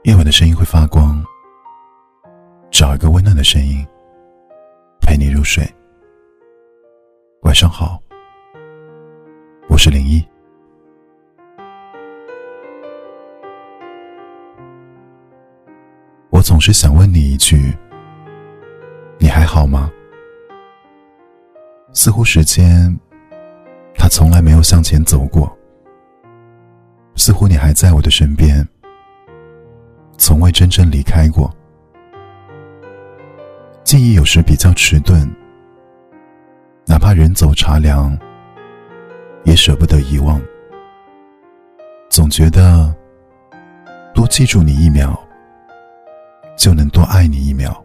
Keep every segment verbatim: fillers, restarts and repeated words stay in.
夜晚的声音会发光，找一个温暖的声音陪你入睡。晚上好，我是零一。我总是想问你一句，你还好吗？似乎时间它从来没有向前走过，似乎你还在我的身边，从未真正离开过。记忆有时比较迟钝，哪怕人走茶凉，也舍不得遗忘。总觉得多记住你一秒，就能多爱你一秒。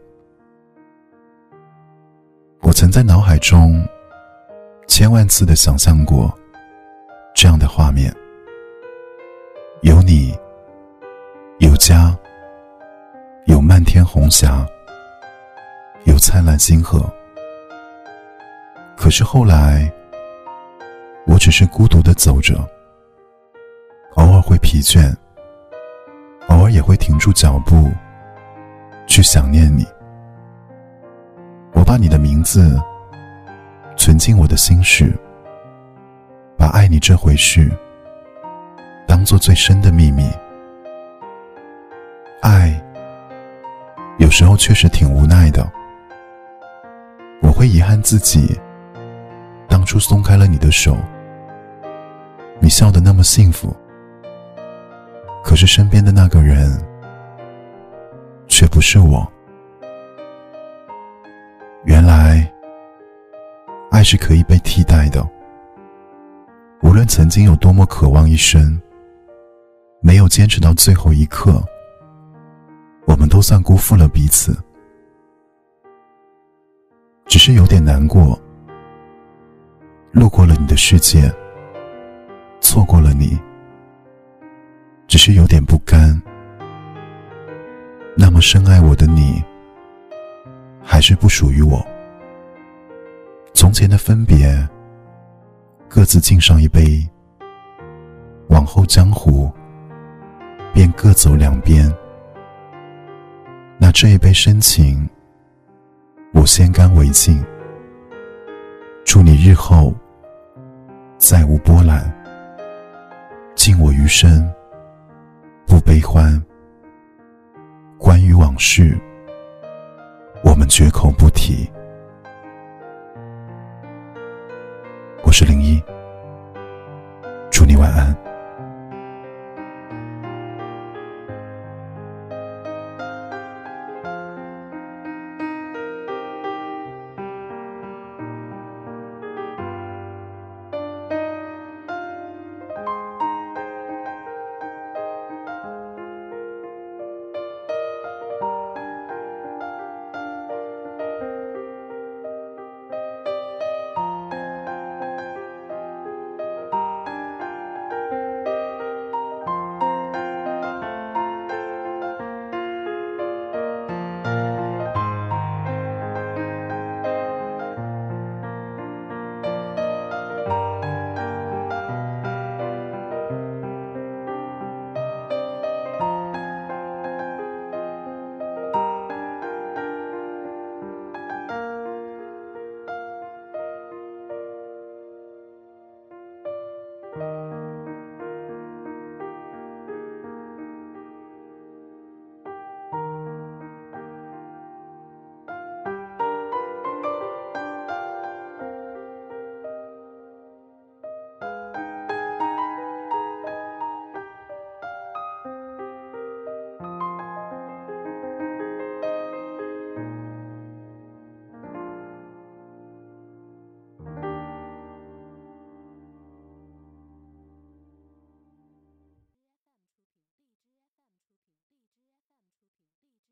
我曾在脑海中千万次地想象过这样的画面，有你，有家，有漫天红霞，有灿烂星河。可是后来，我只是孤独地走着，偶尔会疲倦，偶尔也会停住脚步去想念你。我把你的名字存进我的心事，把爱你这回事当作最深的秘密。爱有时候确实挺无奈的，我会遗憾自己当初松开了你的手，你笑得那么幸福，可是身边的那个人却不是我。原来爱是可以被替代的，无论曾经有多么渴望一生，没有坚持到最后一刻，我们都算辜负了彼此。只是有点难过，路过了你的世界，错过了你，只是有点不甘。那么深爱我的你，还是不属于我。从前的分别，各自敬上一杯，往后江湖便各走两边。那这一杯深情，我先干为敬。祝你日后再无波澜，敬我余生不悲欢。关于往事，我们绝口不提。我是零一，祝你晚安。